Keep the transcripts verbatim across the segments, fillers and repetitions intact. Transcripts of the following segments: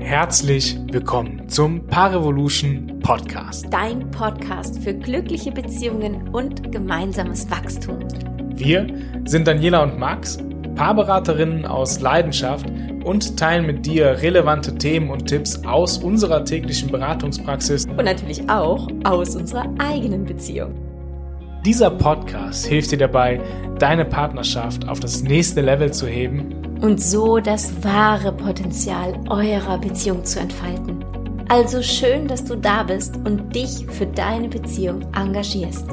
Herzlich willkommen zum Paarrevolution Podcast. Dein Podcast für glückliche Beziehungen und gemeinsames Wachstum. Wir sind Daniela und Max, Paarberaterinnen aus Leidenschaft und teilen mit dir relevante Themen und Tipps aus unserer täglichen Beratungspraxis und natürlich auch aus unserer eigenen Beziehung. Dieser Podcast hilft dir dabei, deine Partnerschaft auf das nächste Level zu heben und so das wahre Potenzial eurer Beziehung zu entfalten. Also schön, dass du da bist und dich für deine Beziehung engagierst.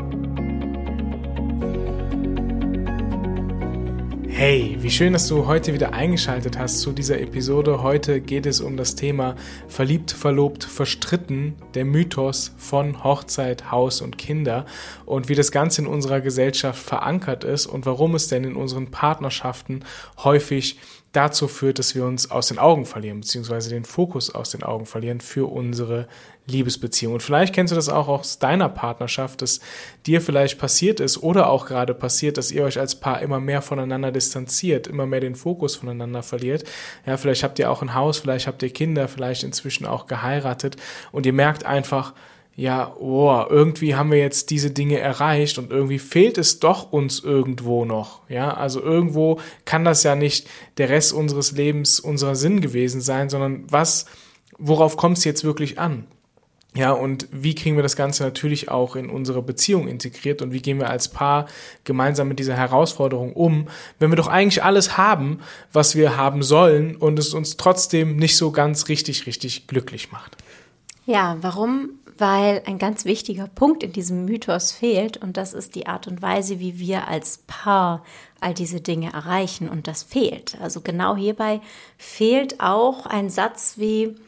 Hey, wie schön, dass du heute wieder eingeschaltet hast zu dieser Episode. Heute geht es um das Thema Verliebt, Verlobt, Verstritten, der Mythos von Hochzeit, Haus und Kinder und wie das Ganze in unserer Gesellschaft verankert ist und warum es denn in unseren Partnerschaften häufig dazu führt, dass wir uns aus den Augen verlieren, beziehungsweise den Fokus aus den Augen verlieren für unsere Liebesbeziehung. Und vielleicht kennst du das auch aus deiner Partnerschaft, dass dir vielleicht passiert ist oder auch gerade passiert, dass ihr euch als Paar immer mehr voneinander distanziert, immer mehr den Fokus voneinander verliert. Ja, vielleicht habt ihr auch ein Haus, vielleicht habt ihr Kinder, vielleicht inzwischen auch geheiratet und ihr merkt einfach, ja, oh, irgendwie haben wir jetzt diese Dinge erreicht und irgendwie fehlt es doch uns irgendwo noch, ja, also irgendwo kann das ja nicht der Rest unseres Lebens unser Sinn gewesen sein, sondern was, worauf kommt es jetzt wirklich an? Ja, und wie kriegen wir das Ganze natürlich auch in unsere Beziehung integriert und wie gehen wir als Paar gemeinsam mit dieser Herausforderung um, wenn wir doch eigentlich alles haben, was wir haben sollen und es uns trotzdem nicht so ganz richtig, richtig glücklich macht? Ja, warum? Weil ein ganz wichtiger Punkt in diesem Mythos fehlt und das ist die Art und Weise, wie wir als Paar all diese Dinge erreichen und das fehlt. Also genau hierbei fehlt auch ein Satz wie: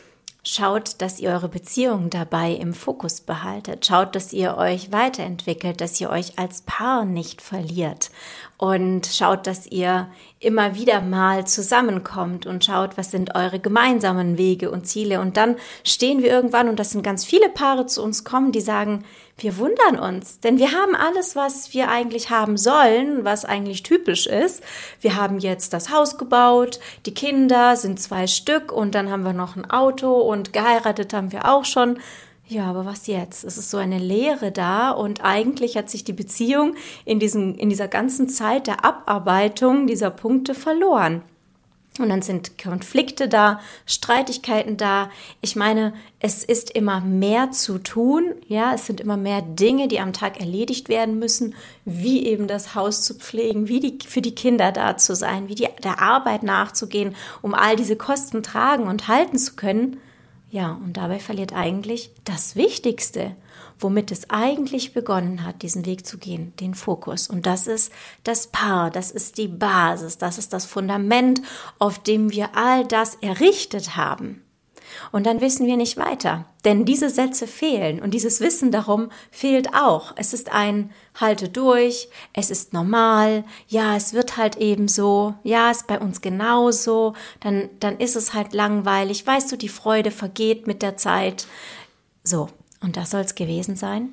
Schaut, dass ihr eure Beziehung dabei im Fokus behaltet. Schaut, dass ihr euch weiterentwickelt, dass ihr euch als Paar nicht verliert. Und schaut, dass ihr immer wieder mal zusammenkommt und schaut, was sind eure gemeinsamen Wege und Ziele. Und dann stehen wir irgendwann, und das sind ganz viele Paare zu uns kommen, die sagen, wir wundern uns, denn wir haben alles, was wir eigentlich haben sollen, was eigentlich typisch ist. Wir haben jetzt das Haus gebaut, die Kinder sind zwei Stück und dann haben wir noch ein Auto und geheiratet haben wir auch schon. Ja, aber was jetzt? Es ist so eine Leere da und eigentlich hat sich die Beziehung in diesem, in dieser ganzen Zeit der Abarbeitung dieser Punkte verloren. Und dann sind Konflikte da, Streitigkeiten da. Ich meine, es ist immer mehr zu tun. Ja, es sind immer mehr Dinge, die am Tag erledigt werden müssen, wie eben das Haus zu pflegen, wie die, für die Kinder da zu sein, wie die, der Arbeit nachzugehen, um all diese Kosten tragen und halten zu können. Ja, und dabei verliert eigentlich das Wichtigste, womit es eigentlich begonnen hat, diesen Weg zu gehen, den Fokus. Und das ist das Paar, das ist die Basis, das ist das Fundament, auf dem wir all das errichtet haben. Und dann wissen wir nicht weiter, denn diese Sätze fehlen und dieses Wissen darum fehlt auch. Es ist ein Halte durch, es ist normal, ja, es wird halt eben so, ja, ist bei uns genauso, dann, dann ist es halt langweilig, weißt du, die Freude vergeht mit der Zeit. So, und das soll es gewesen sein?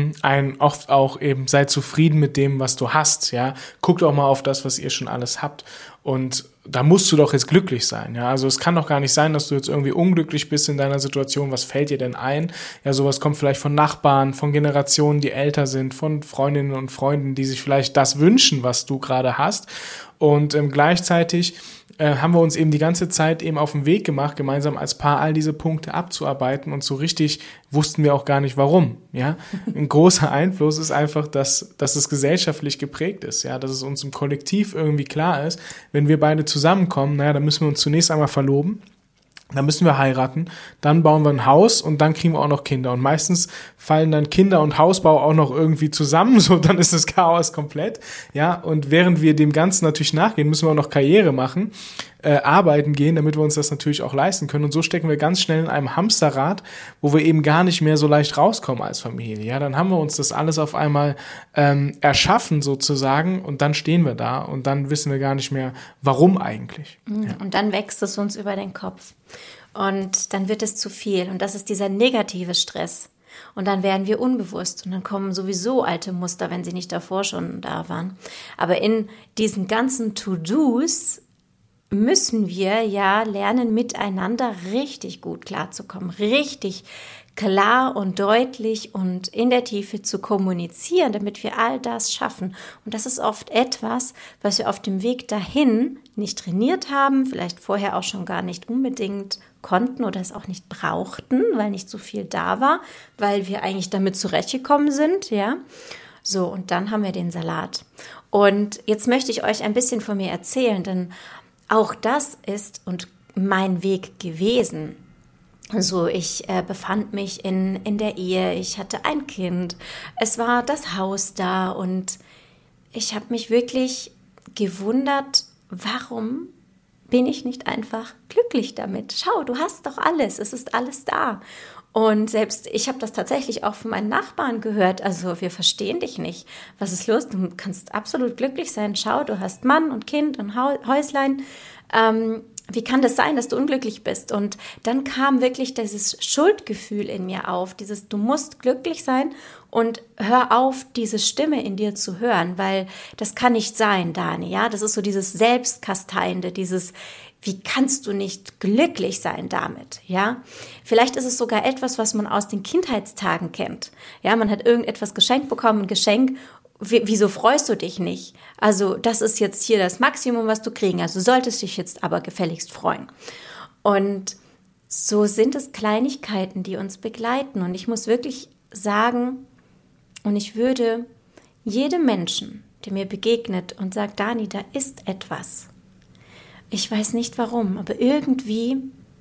Ein oft auch eben, sei zufrieden mit dem, was du hast, ja. Guckt auch mal auf das, was ihr schon alles habt. Und da musst du doch jetzt glücklich sein, ja. Also es kann doch gar nicht sein, dass du jetzt irgendwie unglücklich bist in deiner Situation. Was fällt dir denn ein? Ja, sowas kommt vielleicht von Nachbarn, von Generationen, die älter sind, von Freundinnen und Freunden, die sich vielleicht das wünschen, was du gerade hast. Und ähm, gleichzeitig äh, haben wir uns eben die ganze Zeit eben auf den Weg gemacht, gemeinsam als Paar all diese Punkte abzuarbeiten und so richtig wussten wir auch gar nicht, warum, ja. Ein großer Einfluss ist einfach, dass, dass es gesellschaftlich geprägt ist, ja, dass es uns im Kollektiv irgendwie klar ist, wenn wir beide zusammenkommen, naja, dann müssen wir uns zunächst einmal verloben. Dann müssen wir heiraten, dann bauen wir ein Haus und dann kriegen wir auch noch Kinder. Und meistens fallen dann Kinder und Hausbau auch noch irgendwie zusammen, so dann ist das Chaos komplett. Ja, und während wir dem Ganzen natürlich nachgehen, müssen wir auch noch Karriere machen, äh, arbeiten gehen, damit wir uns das natürlich auch leisten können. Und so stecken wir ganz schnell in einem Hamsterrad, wo wir eben gar nicht mehr so leicht rauskommen als Familie. Ja, dann haben wir uns das alles auf einmal ähm, erschaffen sozusagen und dann stehen wir da und dann wissen wir gar nicht mehr, warum eigentlich. Ja. Und dann wächst es uns über den Kopf. Und dann wird es zu viel und das ist dieser negative Stress. Und dann werden wir unbewusst und dann kommen sowieso alte Muster, wenn sie nicht davor schon da waren. Aber in diesen ganzen To-Dos müssen wir ja lernen, miteinander richtig gut klarzukommen, richtig klar und deutlich und in der Tiefe zu kommunizieren, damit wir all das schaffen. Und das ist oft etwas, was wir auf dem Weg dahin nicht trainiert haben, vielleicht vorher auch schon gar nicht unbedingt konnten oder es auch nicht brauchten, weil nicht so viel da war, weil wir eigentlich damit zurechtgekommen sind, ja. So, und dann haben wir den Salat. Und jetzt möchte ich euch ein bisschen von mir erzählen, denn auch das ist und mein Weg gewesen. Also ich äh, befand mich in, in der Ehe, ich hatte ein Kind, es war das Haus da und ich habe mich wirklich gewundert, warum bin ich nicht einfach glücklich damit? Schau, du hast doch alles, es ist alles da. Und selbst ich habe das tatsächlich auch von meinen Nachbarn gehört, also wir verstehen dich nicht. Was ist los? Du kannst absolut glücklich sein. Schau, du hast Mann und Kind und Häuslein. Ähm, Wie kann das sein, dass du unglücklich bist? Und dann kam wirklich dieses Schuldgefühl in mir auf, dieses du musst glücklich sein und hör auf, diese Stimme in dir zu hören, weil das kann nicht sein, Dani, ja? Das ist so dieses Selbstkasteiende, dieses wie kannst du nicht glücklich sein damit, ja? Vielleicht ist es sogar etwas, was man aus den Kindheitstagen kennt. Ja, man hat irgendetwas geschenkt bekommen, ein Geschenk. Wieso freust du dich nicht? Also das ist jetzt hier das Maximum, was du kriegen. Also du solltest dich jetzt aber gefälligst freuen. Und so sind es Kleinigkeiten, die uns begleiten. Und ich muss wirklich sagen, und ich würde jedem Menschen, der mir begegnet und sagt, Dani, da ist etwas. Ich weiß nicht warum, aber irgendwie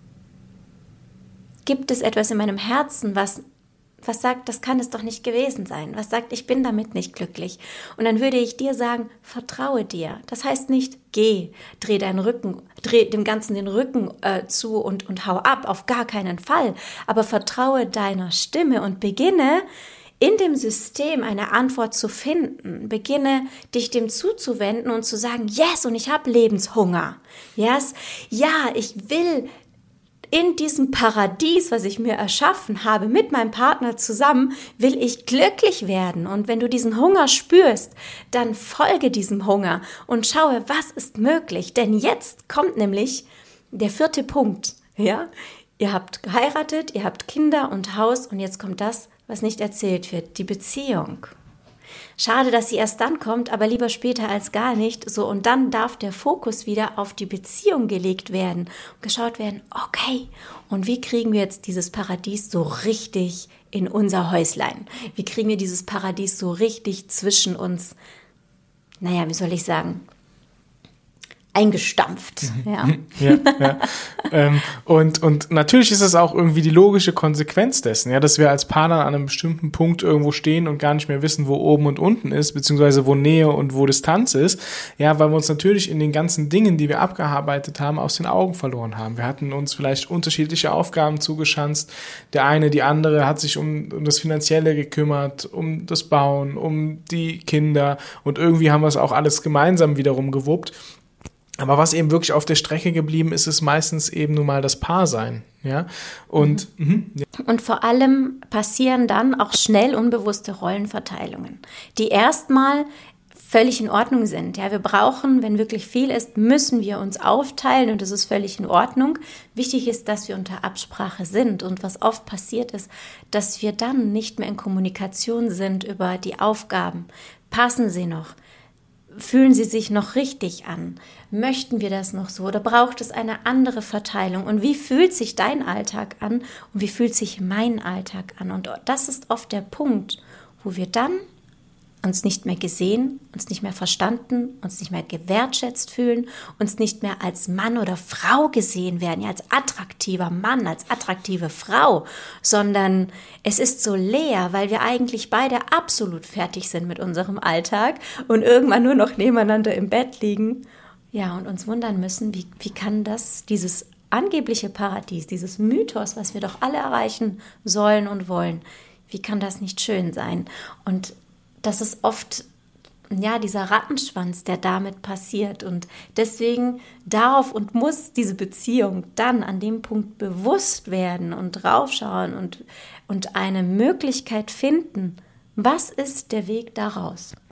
gibt es etwas in meinem Herzen, was Was sagt, das kann es doch nicht gewesen sein? Was sagt, ich bin damit nicht glücklich? Und dann würde ich dir sagen, vertraue dir. Das heißt nicht, geh, dreh deinen Rücken, dreh dem Ganzen den Rücken äh, zu und, und hau ab, auf gar keinen Fall. Aber vertraue deiner Stimme und beginne, in dem System eine Antwort zu finden. Beginne, dich dem zuzuwenden und zu sagen, yes, und ich habe Lebenshunger. Yes, ja, ich will in diesem Paradies, was ich mir erschaffen habe, mit meinem Partner zusammen, will ich glücklich werden. Und wenn du diesen Hunger spürst, dann folge diesem Hunger und schaue, was ist möglich. Denn jetzt kommt nämlich der vierte Punkt. Ja? Ihr habt geheiratet, ihr habt Kinder und Haus und jetzt kommt das, was nicht erzählt wird, die Beziehung. Schade, dass sie erst dann kommt, aber lieber später als gar nicht. So, und dann darf der Fokus wieder auf die Beziehung gelegt werden und geschaut werden, okay, und wie kriegen wir jetzt dieses Paradies so richtig in unser Häuslein? Wie kriegen wir dieses Paradies so richtig zwischen uns, naja, wie soll ich sagen, eingestampft. Ja, ja, ja. ähm, und, und natürlich ist es auch irgendwie die logische Konsequenz dessen, ja, dass wir als Paar dann an einem bestimmten Punkt irgendwo stehen und gar nicht mehr wissen, wo oben und unten ist, beziehungsweise wo Nähe und wo Distanz ist, ja, weil wir uns natürlich in den ganzen Dingen, die wir abgearbeitet haben, aus den Augen verloren haben. Wir hatten uns vielleicht unterschiedliche Aufgaben zugeschanzt. Der eine, die andere hat sich um, um das Finanzielle gekümmert, um das Bauen, um die Kinder und irgendwie haben wir es auch alles gemeinsam wiederum gewuppt. Aber was eben wirklich auf der Strecke geblieben ist, ist meistens eben nun mal das Paarsein, ja. Und, mhm. Ja. Und vor allem passieren dann auch schnell unbewusste Rollenverteilungen, die erstmal völlig in Ordnung sind. Ja, wir brauchen, wenn wirklich viel ist, müssen wir uns aufteilen und das ist völlig in Ordnung. Wichtig ist, dass wir unter Absprache sind und was oft passiert ist, dass wir dann nicht mehr in Kommunikation sind über die Aufgaben. Passen sie noch? Fühlen sie sich noch richtig an? Möchten wir das noch so oder braucht es eine andere Verteilung? Und wie fühlt sich dein Alltag an und wie fühlt sich mein Alltag an? Und das ist oft der Punkt, wo wir dann uns nicht mehr gesehen, uns nicht mehr verstanden, uns nicht mehr gewertschätzt fühlen, uns nicht mehr als Mann oder Frau gesehen werden, ja, als attraktiver Mann, als attraktive Frau, sondern es ist so leer, weil wir eigentlich beide absolut fertig sind mit unserem Alltag und irgendwann nur noch nebeneinander im Bett liegen, ja, und uns wundern müssen, wie, wie kann das, dieses angebliche Paradies, dieses Mythos, was wir doch alle erreichen sollen und wollen, wie kann das nicht schön sein? Und das ist oft, ja, dieser Rattenschwanz, der damit passiert. Und deswegen darf und muss diese Beziehung dann an dem Punkt bewusst werden und draufschauen und, und eine Möglichkeit finden. Was ist der Weg daraus?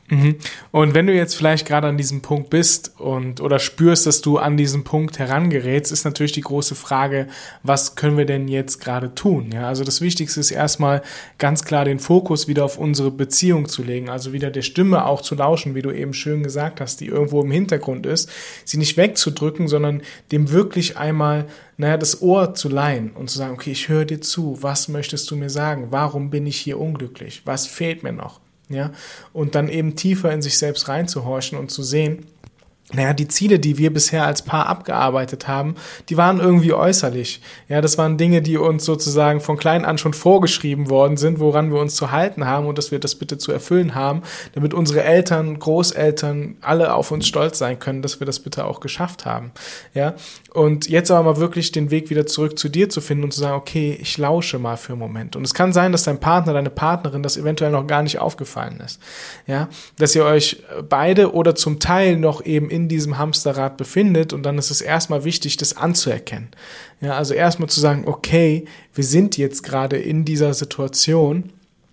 Mhm. Und wenn du jetzt vielleicht gerade an diesem Punkt bist und oder spürst, dass du an diesen Punkt herangerätst, ist natürlich die große Frage, was können wir denn jetzt gerade tun? Ja, also das Wichtigste ist erstmal ganz klar den Fokus wieder auf unsere Beziehung zu legen, also wieder der Stimme auch zu lauschen, wie du eben schön gesagt hast, die irgendwo im Hintergrund ist, sie nicht wegzudrücken, sondern dem wirklich einmal, naja, das Ohr zu leihen und zu sagen, okay, ich höre dir zu, was möchtest du mir sagen? Warum bin ich hier unglücklich? Was fehlt mir noch? Ja, und dann eben tiefer in sich selbst reinzuhorchen und zu sehen, naja, die Ziele, die wir bisher als Paar abgearbeitet haben, die waren irgendwie äußerlich. Ja, das waren Dinge, die uns sozusagen von klein an schon vorgeschrieben worden sind, woran wir uns zu halten haben und dass wir das bitte zu erfüllen haben, damit unsere Eltern, Großeltern alle auf uns stolz sein können, dass wir das bitte auch geschafft haben. Ja, und jetzt aber mal wirklich den Weg wieder zurück zu dir zu finden und zu sagen, okay, ich lausche mal für einen Moment. Und es kann sein, dass dein Partner, deine Partnerin das eventuell noch gar nicht aufgefallen ist. Ja, dass ihr euch beide oder zum Teil noch eben in diesem Hamsterrad befindet und dann ist es erstmal wichtig, das anzuerkennen. Ja, also erstmal zu sagen, okay, wir sind jetzt gerade in dieser Situation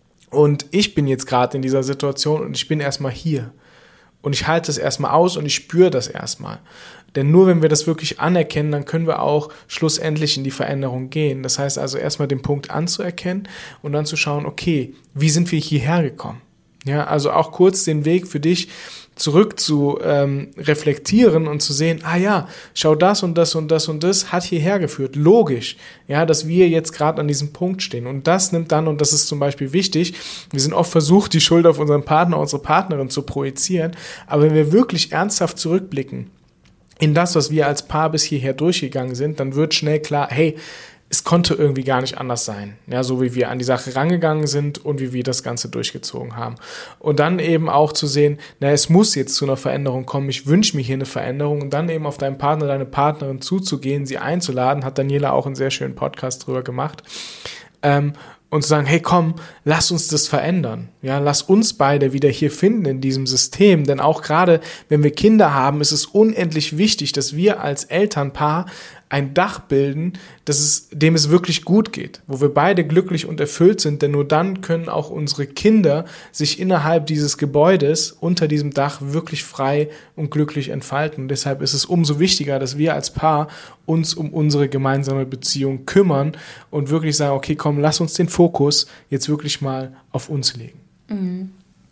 und ich bin jetzt gerade in dieser Situation und ich bin erstmal hier und ich halte es erstmal aus und ich spüre das erstmal. Denn nur wenn wir das wirklich anerkennen, dann können wir auch schlussendlich in die Veränderung gehen. Das heißt also erstmal den Punkt anzuerkennen und dann zu schauen, okay, wie sind wir hierher gekommen? Ja, also auch kurz den Weg für dich zurück zu ähm, reflektieren und zu sehen, ah ja, schau, das und das und das und das hat hierher geführt. Logisch, ja, dass wir jetzt gerade an diesem Punkt stehen. Und das nimmt dann, und das ist zum Beispiel wichtig, wir sind oft versucht, die Schuld auf unseren Partner, unsere Partnerin zu projizieren, aber wenn wir wirklich ernsthaft zurückblicken in das, was wir als Paar bis hierher durchgegangen sind, dann wird schnell klar, hey, es konnte irgendwie gar nicht anders sein, ja, so wie wir an die Sache rangegangen sind und wie wir das Ganze durchgezogen haben. Und dann eben auch zu sehen, na, es muss jetzt zu einer Veränderung kommen, ich wünsche mir hier eine Veränderung und dann eben auf deinen Partner, deine Partnerin zuzugehen, sie einzuladen, hat Daniela auch einen sehr schönen Podcast drüber gemacht, ähm, und zu sagen, hey komm, lass uns das verändern, ja, lass uns beide wieder hier finden in diesem System, denn auch gerade, wenn wir Kinder haben, ist es unendlich wichtig, dass wir als Elternpaar ein Dach bilden, dass es, dem es wirklich gut geht, wo wir beide glücklich und erfüllt sind, denn nur dann können auch unsere Kinder sich innerhalb dieses Gebäudes unter diesem Dach wirklich frei und glücklich entfalten. Und deshalb ist es umso wichtiger, dass wir als Paar uns um unsere gemeinsame Beziehung kümmern und wirklich sagen, okay, komm, lass uns den Fokus jetzt wirklich mal auf uns legen. Mhm.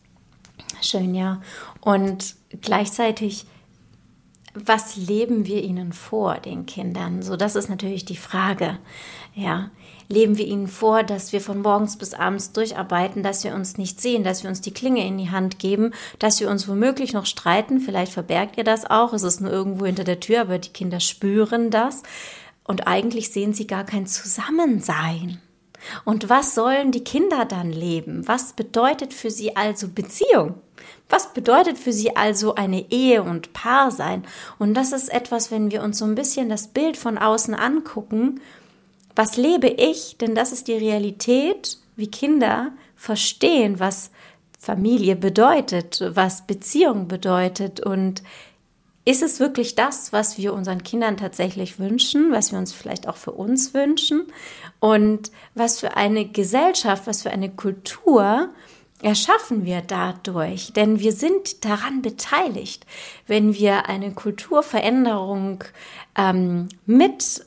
Schön, ja. Und gleichzeitig, was leben wir ihnen vor, den Kindern? So, das ist natürlich die Frage. Ja, leben wir ihnen vor, dass wir von morgens bis abends durcharbeiten, dass wir uns nicht sehen, dass wir uns die Klinge in die Hand geben, dass wir uns womöglich noch streiten? Vielleicht verbergt ihr das auch, es ist nur irgendwo hinter der Tür, aber die Kinder spüren das. Und eigentlich sehen sie gar kein Zusammensein. Und was sollen die Kinder dann leben? Was bedeutet für sie also Beziehung? Was bedeutet für sie also eine Ehe und Paar sein? Und das ist etwas, wenn wir uns so ein bisschen das Bild von außen angucken, was lebe ich? Denn das ist die Realität, wie Kinder verstehen, was Familie bedeutet, was Beziehung bedeutet. Und ist es wirklich das, was wir unseren Kindern tatsächlich wünschen, was wir uns vielleicht auch für uns wünschen? Und was für eine Gesellschaft, was für eine Kultur erschaffen wir dadurch? Denn wir sind daran beteiligt. Wenn wir eine Kulturveränderung ähm, mit,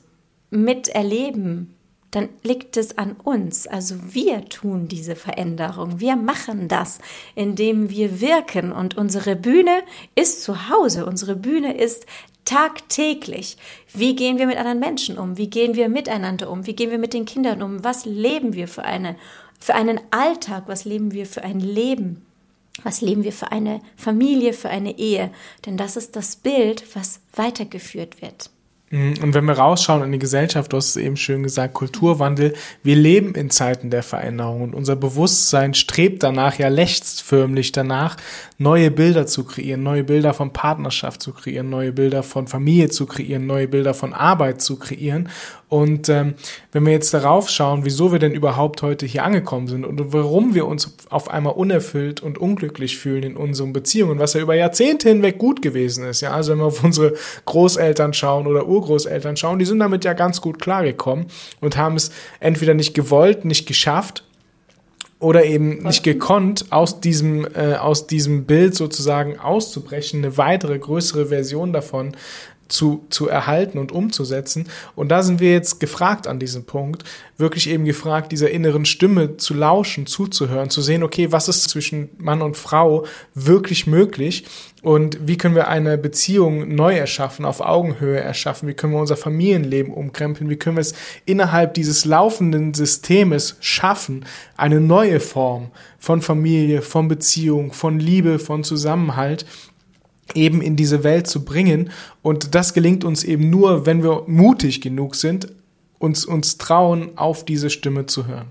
miterleben, dann liegt es an uns. Also wir tun diese Veränderung. Wir machen das, indem wir wirken. Und unsere Bühne ist zu Hause. Unsere Bühne ist tagtäglich. Wie gehen wir mit anderen Menschen um? Wie gehen wir miteinander um? Wie gehen wir mit den Kindern um? Was leben wir für eine, für einen Alltag? Was leben wir für ein Leben? Was leben wir für eine Familie, für eine Ehe? Denn das ist das Bild, was weitergeführt wird. Und wenn wir rausschauen in die Gesellschaft, du hast es eben schön gesagt, Kulturwandel, wir leben in Zeiten der Veränderung und unser Bewusstsein strebt danach, ja lechzt förmlich danach, neue Bilder zu kreieren, neue Bilder von Partnerschaft zu kreieren, neue Bilder von Familie zu kreieren, neue Bilder von Arbeit zu kreieren. Und ähm, wenn wir jetzt darauf schauen, wieso wir denn überhaupt heute hier angekommen sind und warum wir uns auf einmal unerfüllt und unglücklich fühlen in unseren Beziehungen, was ja über Jahrzehnte hinweg gut gewesen ist. Ja, also wenn wir auf unsere Großeltern schauen oder Urgroßeltern schauen, die sind damit ja ganz gut klargekommen und haben es entweder nicht gewollt, nicht geschafft oder eben nicht gekonnt, aus diesem, äh, aus diesem Bild sozusagen auszubrechen, eine weitere, größere Version davon zu, zu erhalten und umzusetzen. Und da sind wir jetzt gefragt an diesem Punkt, wirklich eben gefragt, dieser inneren Stimme zu lauschen, zuzuhören, zu sehen, okay, was ist zwischen Mann und Frau wirklich möglich und wie können wir eine Beziehung neu erschaffen, auf Augenhöhe erschaffen, wie können wir unser Familienleben umkrempeln, wie können wir es innerhalb dieses laufenden Systems schaffen, eine neue Form von Familie, von Beziehung, von Liebe, von Zusammenhalt eben in diese Welt zu bringen. Und das gelingt uns eben nur, wenn wir mutig genug sind, uns, uns trauen, auf diese Stimme zu hören.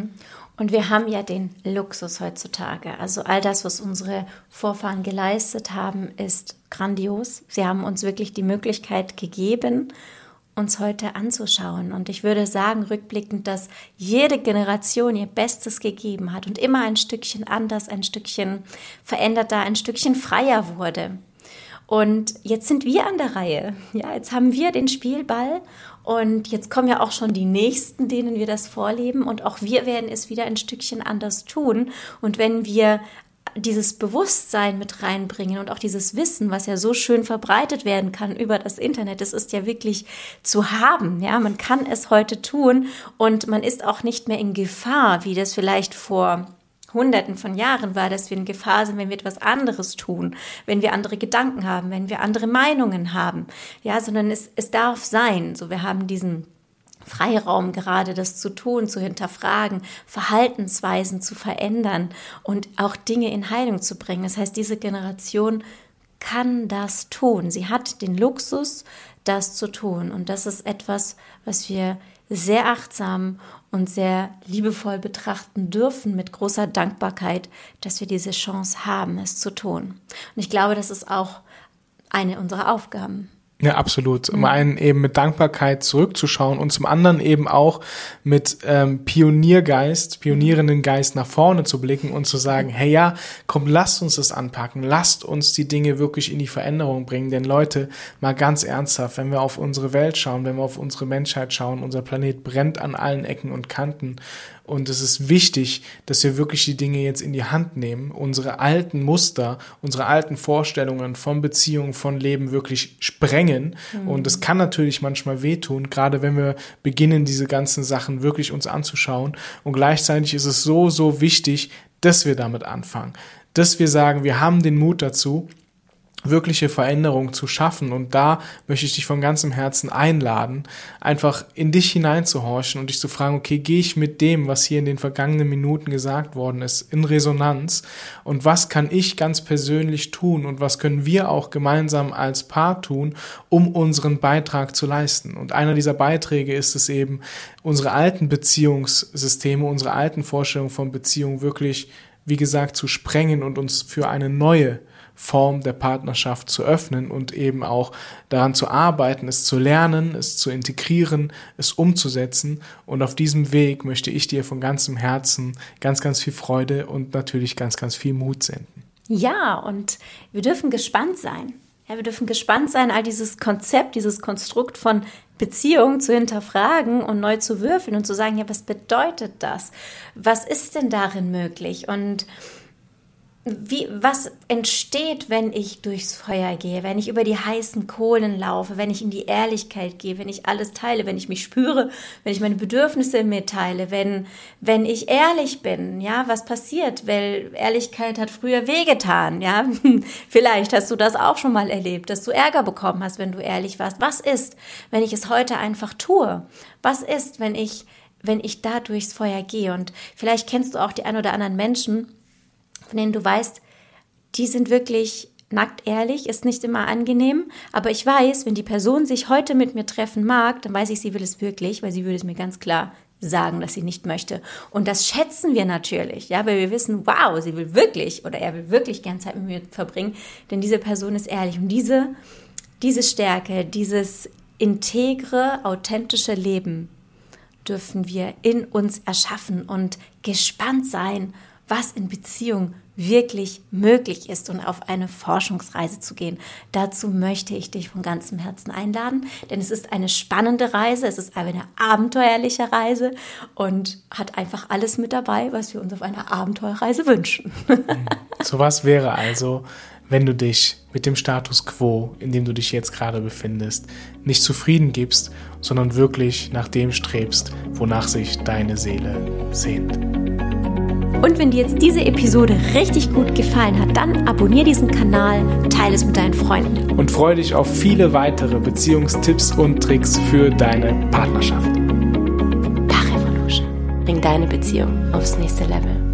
Und wir haben ja den Luxus heutzutage. Also all das, was unsere Vorfahren geleistet haben, ist grandios. Sie haben uns wirklich die Möglichkeit gegeben, uns heute anzuschauen. Und ich würde sagen, rückblickend, dass jede Generation ihr Bestes gegeben hat und immer ein Stückchen anders, ein Stückchen veränderter, ein Stückchen freier wurde. Und jetzt sind wir an der Reihe. Ja, jetzt haben wir den Spielball und jetzt kommen ja auch schon die Nächsten, denen wir das vorleben. Und auch wir werden es wieder ein Stückchen anders tun. Und wenn wir dieses Bewusstsein mit reinbringen und auch dieses Wissen, was ja so schön verbreitet werden kann über das Internet, das ist ja wirklich zu haben. Ja, man kann es heute tun und man ist auch nicht mehr in Gefahr, wie das vielleicht vor Hunderten von Jahren war, dass wir in Gefahr sind, wenn wir etwas anderes tun, wenn wir andere Gedanken haben, wenn wir andere Meinungen haben. Ja, sondern es, es darf sein. So, wir haben diesen Freiraum gerade, das zu tun, zu hinterfragen, Verhaltensweisen zu verändern und auch Dinge in Heilung zu bringen. Das heißt, diese Generation kann das tun. Sie hat den Luxus, das zu tun. Und das ist etwas, was wir sehr achtsam und sehr liebevoll betrachten dürfen, mit großer Dankbarkeit, dass wir diese Chance haben, es zu tun. Und ich glaube, das ist auch eine unserer Aufgaben. Ja, absolut. Um einen eben mit Dankbarkeit zurückzuschauen und zum anderen eben auch mit ähm, Pioniergeist, pionierenden Geist nach vorne zu blicken und zu sagen, hey ja, komm, lasst uns das anpacken, lasst uns die Dinge wirklich in die Veränderung bringen. Denn Leute, mal ganz ernsthaft, wenn wir auf unsere Welt schauen, wenn wir auf unsere Menschheit schauen, unser Planet brennt an allen Ecken und Kanten. Und es ist wichtig, dass wir wirklich die Dinge jetzt in die Hand nehmen, unsere alten Muster, unsere alten Vorstellungen von Beziehungen, von Leben wirklich sprengen. Mhm. Und es kann natürlich manchmal wehtun, gerade wenn wir beginnen, diese ganzen Sachen wirklich uns anzuschauen. Und gleichzeitig ist es so, so wichtig, dass wir damit anfangen. Dass wir sagen, wir haben den Mut dazu, wirkliche Veränderung zu schaffen. Und da möchte ich dich von ganzem Herzen einladen, einfach in dich hineinzuhorchen und dich zu fragen, okay, gehe ich mit dem, was hier in den vergangenen Minuten gesagt worden ist, in Resonanz? Und was kann ich ganz persönlich tun? Und was können wir auch gemeinsam als Paar tun, um unseren Beitrag zu leisten? Und einer dieser Beiträge ist es eben, unsere alten Beziehungssysteme, unsere alten Vorstellungen von Beziehung wirklich, wie gesagt, zu sprengen und uns für eine neue Form der Partnerschaft zu öffnen und eben auch daran zu arbeiten, es zu lernen, es zu integrieren, es umzusetzen. Und auf diesem Weg möchte ich dir von ganzem Herzen ganz, ganz viel Freude und natürlich ganz, ganz viel Mut senden. Ja, und wir dürfen gespannt sein. Ja, wir dürfen gespannt sein, all dieses Konzept, dieses Konstrukt von Beziehung zu hinterfragen und neu zu würfeln und zu sagen, ja, was bedeutet das? Was ist denn darin möglich? Und Wie, was entsteht, wenn ich durchs Feuer gehe, wenn ich über die heißen Kohlen laufe, wenn ich in die Ehrlichkeit gehe, wenn ich alles teile, wenn ich mich spüre, wenn ich meine Bedürfnisse mitteile, wenn, wenn ich ehrlich bin, ja, was passiert? Weil Ehrlichkeit hat früher wehgetan, ja. Vielleicht hast du das auch schon mal erlebt, dass du Ärger bekommen hast, wenn du ehrlich warst. Was ist, wenn ich es heute einfach tue? Was ist, wenn ich, wenn ich da durchs Feuer gehe? Und vielleicht kennst du auch die ein oder anderen Menschen, von denen du weißt, die sind wirklich nackt ehrlich, ist nicht immer angenehm, aber ich weiß, wenn die Person sich heute mit mir treffen mag, dann weiß ich, sie will es wirklich, weil sie würde es mir ganz klar sagen, dass sie nicht möchte. Und das schätzen wir natürlich, ja, weil wir wissen, wow, sie will wirklich oder er will wirklich gern Zeit mit mir verbringen, denn diese Person ist ehrlich. Und diese, diese Stärke, dieses integre, authentische Leben dürfen wir in uns erschaffen und gespannt sein, was in Beziehung wirklich möglich ist und auf eine Forschungsreise zu gehen. Dazu möchte ich dich von ganzem Herzen einladen, denn es ist eine spannende Reise, es ist eine abenteuerliche Reise und hat einfach alles mit dabei, was wir uns auf einer Abenteuerreise wünschen. So was wäre also, wenn du dich mit dem Status quo, in dem du dich jetzt gerade befindest, nicht zufrieden gibst, sondern wirklich nach dem strebst, wonach sich deine Seele sehnt. Und wenn dir jetzt diese Episode richtig gut gefallen hat, dann abonniere diesen Kanal, teile es mit deinen Freunden. Und freue dich auf viele weitere Beziehungstipps und Tricks für deine Partnerschaft. Paarrevolution. Bring deine Beziehung aufs nächste Level.